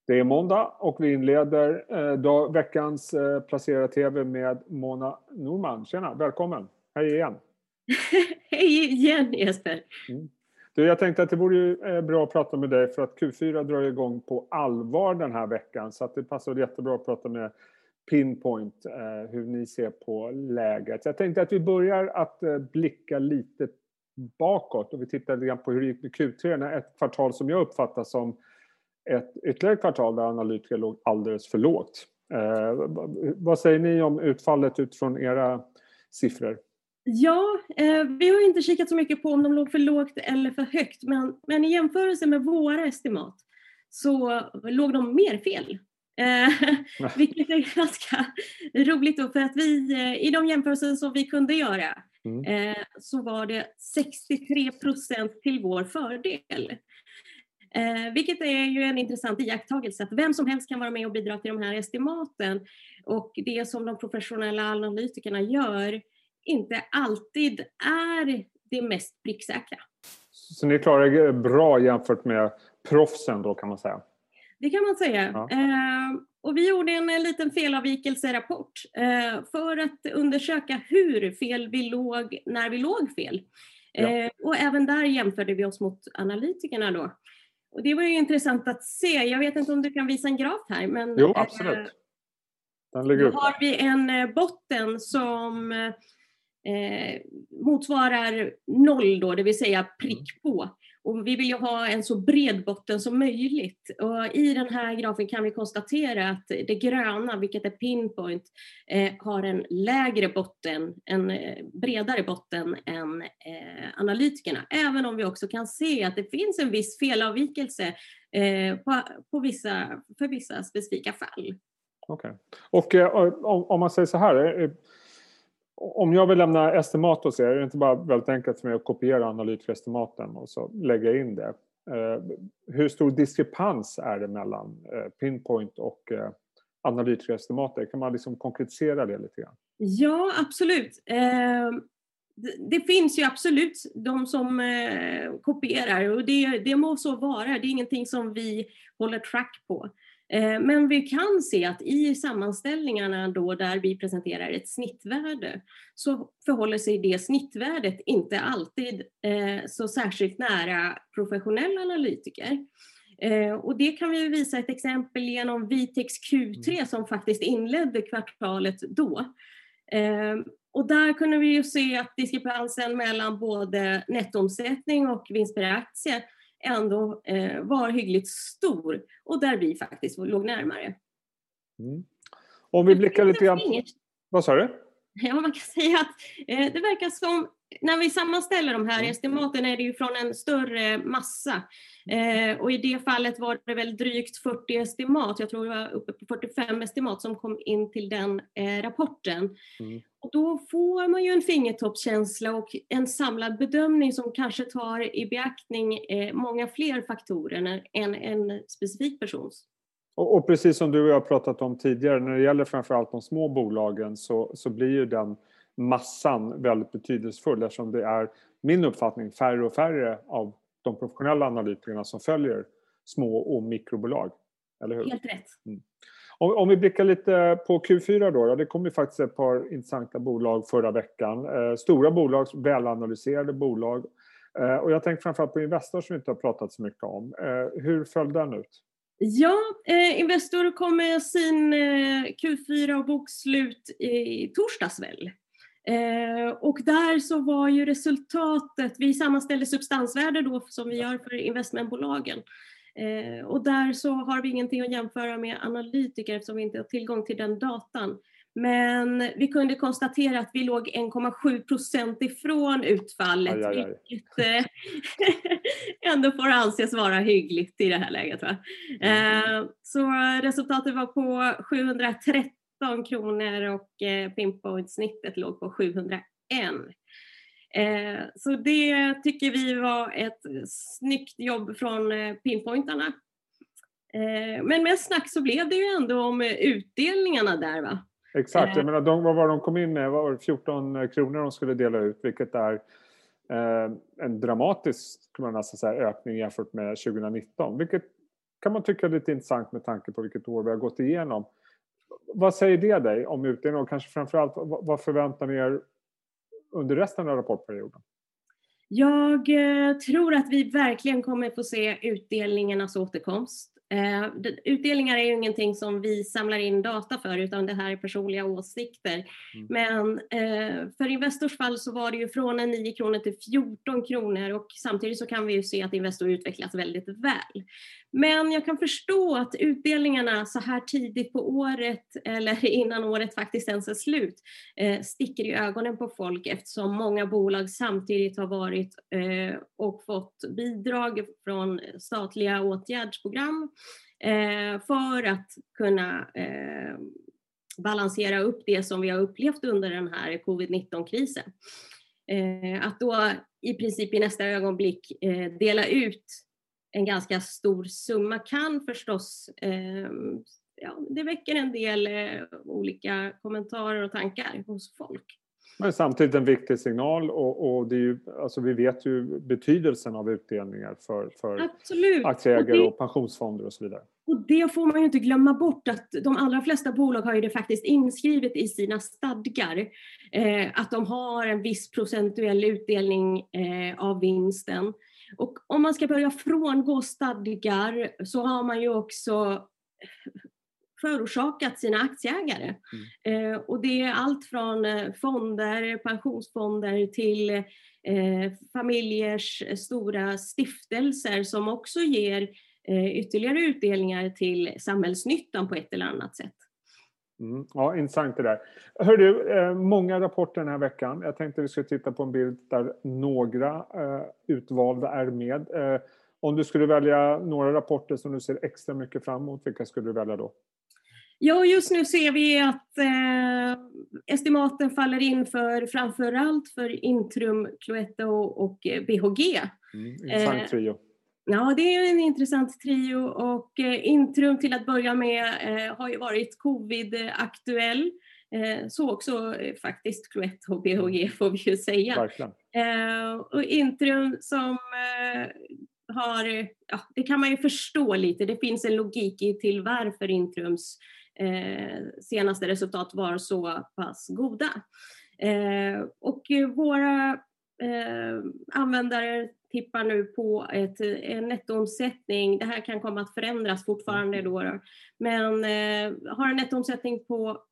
Det är måndag och vi inleder veckans Placera TV med Mona Norman. Tjena, välkommen. Hej igen. Hej igen Jesper. Du, jag tänkte att det vore ju bra att prata med dig för att Q4 drar igång på allvar den här veckan. Så att det passar jättebra att prata med Pinpoint, hur ni ser på läget. Jag tänkte att vi börjar att blicka lite bakåt och vi tittar lite grann på hur det gick med Q3. Ett kvartal som jag uppfattar som ett ytterligare kvartal där analytiker låg alldeles för lågt. Vad säger ni om utfallet utifrån era siffror? Ja, vi har inte kikat så mycket på om de låg för lågt eller för högt. Men i jämförelse med våra estimat så låg de mer fel. Vilket är ganska roligt då, för att vi i de jämförelser som vi kunde göra så var det 63% till vår fördel. Vilket är ju en intressant iakttagelse att vem som helst kan vara med och bidra till de här estimaten, och det som de professionella analytikerna gör inte alltid är det mest pricksäkra. Så ni klarar det bra jämfört med proffsen då, kan man säga? Det kan man säga. Ja. Och vi gjorde en liten felavvikelserapport för att undersöka hur fel vi låg när vi låg fel. Ja. Och även där jämförde vi oss mot analytikerna då. Och det var ju intressant att se. Jag vet inte om du kan visa en graf här. Men, jo, absolut. Den ligger upp. Då har vi en botten som motsvarar 0 då, det vill säga prick på. Och vi vill ju ha en så bred botten som möjligt. Och i den här grafen kan vi konstatera att det gröna, vilket är Pinpoint, har en lägre botten, en bredare botten än analytikerna. Även om vi också kan se att det finns en viss felavvikelse för vissa specifika fall. Okej. Och om man säger så här, om jag vill lämna estimat och så är det inte bara väldigt enkelt för mig att kopiera analytikerestimaten och så lägga in det. Hur stor diskrepans är det mellan Pinpoint och analytikerestimatet? Kan man liksom konkretisera det lite grann? Ja, absolut. Det finns ju absolut de som kopierar, och det må så vara. Det är ingenting som vi håller track på. Men vi kan se att i sammanställningarna då där vi presenterar ett snittvärde så förhåller sig det snittvärdet inte alltid så särskilt nära professionella analytiker. Och det kan vi visa ett exempel genom Vitex Q3 som faktiskt inledde kvartalet då. Och där kunde vi ju se att diskrepansen mellan både nettoomsättning och vinst per aktie ändå var hyggligt stor, och där vi faktiskt låg närmare. Om vi blickar lite grann... Vad sa du? Ja, man kan säga att det verkar som, när vi sammanställer de här estimaten är det ju från en större massa. Och i det fallet var det väl drygt 40 estimat, jag tror det var uppe på 45 estimat som kom in till den rapporten. Och då får man ju en fingertoppskänsla och en samlad bedömning som kanske tar i beaktning många fler faktorer än en specifik persons. Och precis som du och jag har pratat om tidigare, när det gäller framförallt de små bolagen så blir ju den massan väldigt betydelsefull, eftersom det är min uppfattning färre och färre av de professionella analytikerna som följer små och mikrobolag. Eller hur? Helt rätt. Om vi blickar lite på Q4 då, det kom ju faktiskt ett par intressanta bolag förra veckan. Stora bolag, välanalyserade bolag. Och jag tänker framförallt på Investor som vi inte har pratat så mycket om. Hur föll den ut? Ja, Investor kom med sin Q4 och bokslut i torsdags väl. Och där så var ju resultatet, vi sammanställde substansvärde då som vi gör för investmentbolagen. Och där så har vi ingenting att jämföra med analytiker eftersom vi inte har tillgång till den datan. Men vi kunde konstatera att vi låg 1,7% ifrån utfallet. Vilket ändå får anses vara hyggligt i det här läget. Va? Så resultatet var på 713 kronor och Pinpoint-snittet låg på 701. Så det tycker vi var ett snyggt jobb från Pinpointarna. Men med snack så blev det ju ändå om utdelningarna där, va? Exakt, jag menar, vad var de kom in med? Var 14 kronor de skulle dela ut, vilket är en dramatisk, kan man nästan säga, ökning jämfört med 2019. Vilket kan man tycka är lite intressant med tanke på vilket år vi har gått igenom. Vad säger det dig om utdelningen och kanske framförallt vad förväntar ni er under resten av rapportperioden? Jag tror att vi verkligen kommer få se utdelningarnas återkomst. Utdelningar är ju ingenting som vi samlar in data för, utan det här är personliga åsikter. Men för Investors fall så var det ju från 9 kronor till 14 kronor och samtidigt så kan vi ju se att Investor utvecklas väldigt väl. Men jag kan förstå att utdelningarna så här tidigt på året eller innan året faktiskt ens är slut sticker i ögonen på folk, eftersom många bolag samtidigt har varit och fått bidrag från statliga åtgärdsprogram för att kunna balansera upp det som vi har upplevt under den här covid-19-krisen. Att då i princip i nästa ögonblick dela ut en ganska stor summa kan förstås, det väcker en del olika kommentarer och tankar hos folk. Men samtidigt en viktig signal och det är ju, alltså vi vet ju betydelsen av utdelningar för aktieägare och pensionsfonder och så vidare. Och det får man ju inte glömma bort, att de allra flesta bolag har ju det faktiskt inskrivet i sina stadgar att de har en viss procentuell utdelning av vinsten. Och om man ska börja frångå stadgar så har man ju också förorsakat sina aktieägare. Och det är allt från fonder, pensionsfonder till familjers stora stiftelser som också ger ytterligare utdelningar till samhällsnyttan på ett eller annat sätt. Ja, intressant det där. Hör du, många rapporter den här veckan. Jag tänkte vi skulle titta på en bild där några utvalda är med. Om du skulle välja några rapporter som du ser extra mycket fram emot, vilka skulle du välja då? Ja, just nu ser vi att estimaten faller in för framförallt för Intrum, Cloetta och BHG. Intressant trio. Ja, det är en intressant trio och Intrum till att börja med har ju varit covid-aktuell. Så också faktiskt Cloetta och BHG får vi ju säga. Verkligen. Och Intrum som har, det kan man ju förstå lite, det finns en logik i till varför Intrums senaste resultat var så pass goda. Och våra användare tippar nu på en nettoomsättning. Det här kan komma att förändras fortfarande då. Men har en nettoomsättning på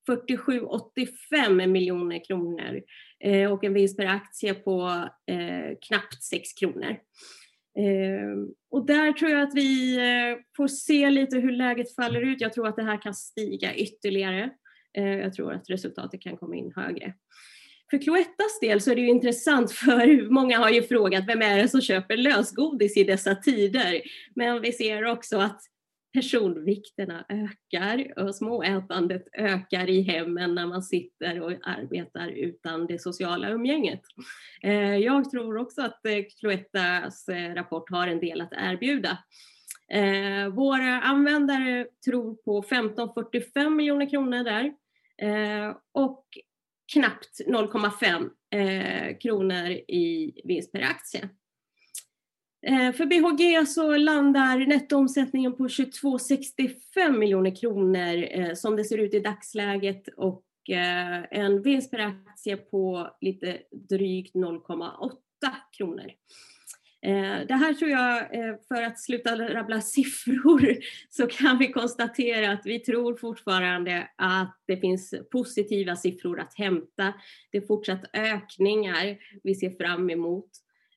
47,85 miljoner kronor och en vinst per aktie på knappt 6 kronor. Och där tror jag att vi får se lite hur läget faller ut. Jag tror att det här kan stiga ytterligare. Jag tror att resultatet kan komma in högre. För Cloettas del så är det ju intressant, för många har ju frågat vem är det som köper lösgodis i dessa tider. Men vi ser också att personvikterna ökar och småätandet ökar i hemmen när man sitter och arbetar utan det sociala umgänget. Jag tror också att Cloettas rapport har en del att erbjuda. Våra användare tror på 15,45 miljoner kronor där och knappt 0,5 kronor i vinst per aktie. För BHG så landar nettoomsättningen på 22,65 miljoner kronor som det ser ut i dagsläget och en vinst per aktie på lite drygt 0,8 kronor. Det här tror jag, för att sluta rabbla siffror, så kan vi konstatera att vi tror fortfarande att det finns positiva siffror att hämta. Det är fortsatt ökningar vi ser fram emot.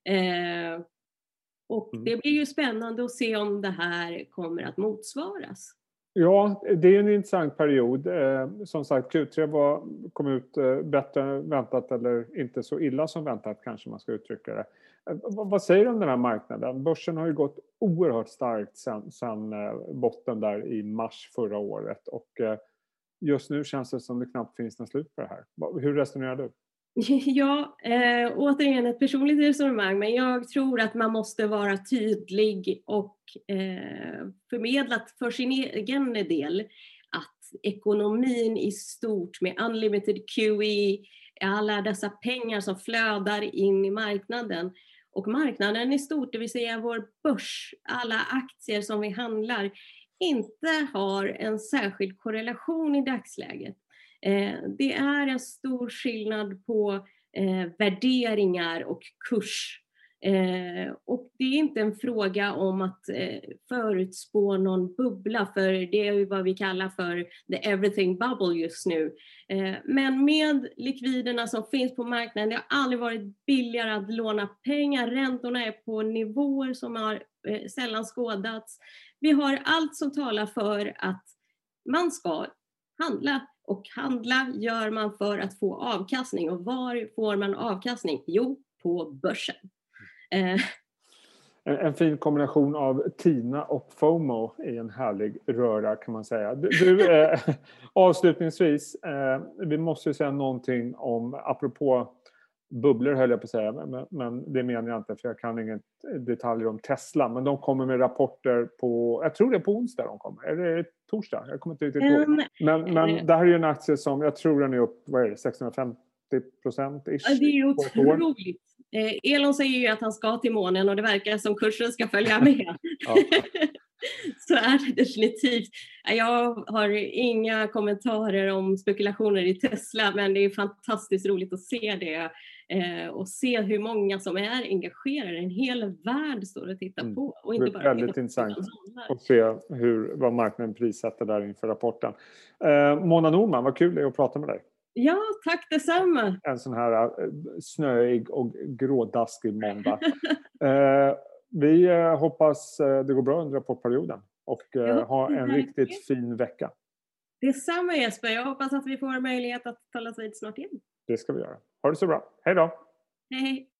Och det blir ju spännande att se om det här kommer att motsvaras. Ja, det är en intressant period. Som sagt, Q3 kom ut bättre än väntat, eller inte så illa som väntat kanske man ska uttrycka det. Vad säger du om den här marknaden? Börsen har ju gått oerhört starkt sedan botten där i mars förra året. Och just nu känns det som det knappt finns någon slut på det här. Hur resonerar du? Ja, återigen ett personligt resonemang, men jag tror att man måste vara tydlig och förmedla för sin egen del att ekonomin i stort med unlimited QE, alla dessa pengar som flödar in i marknaden, och marknaden i stort, det vill säga vår börs, alla aktier som vi handlar, inte har en särskild korrelation i dagsläget. Det är en stor skillnad på värderingar och kurs. Och det är inte en fråga om att förutspå någon bubbla, för det är ju vad vi kallar för the everything bubble just nu. Men med likviderna som finns på marknaden, det har aldrig varit billigare att låna pengar. Räntorna är på nivåer som har sällan skådats. Vi har allt som talar för att man ska handla, och handla gör man för att få avkastning. Och var får man avkastning? Jo, på börsen. En fin kombination av Tina och FOMO i en härlig röra, kan man säga. Avslutningsvis, vi måste ju säga någonting om, apropå bubblor höll jag på att säga, men det menar jag inte, för jag kan inget detaljer om Tesla. Men de kommer med rapporter på, jag tror det är på onsdag de kommer. Är det torsdag? Jag kommer inte riktigt ihåg. Men det här är ju en aktie som, jag tror den är upp, vad är det, 650%? Det är ju otroligt. Elon säger ju att han ska till månen och det verkar som kursen ska följa med. Så är det definitivt. Jag har inga kommentarer om spekulationer i Tesla, men det är fantastiskt roligt att se det och se hur många som är engagerade. En hel värld står och tittar på. Och inte bara väldigt intressant att se vad marknaden prissätter där inför rapporten. Mona Norman, vad kul det är att prata med dig. Ja, tack detsamma. En sån här snöig och grådaskig måndag. Vi hoppas det går bra under rapportperioden och ha en riktigt fin vecka. Detsamma Jesper, jag hoppas att vi får möjlighet att talas vid snart igen. Det ska vi göra. Ha det så bra. Hej då! Hej!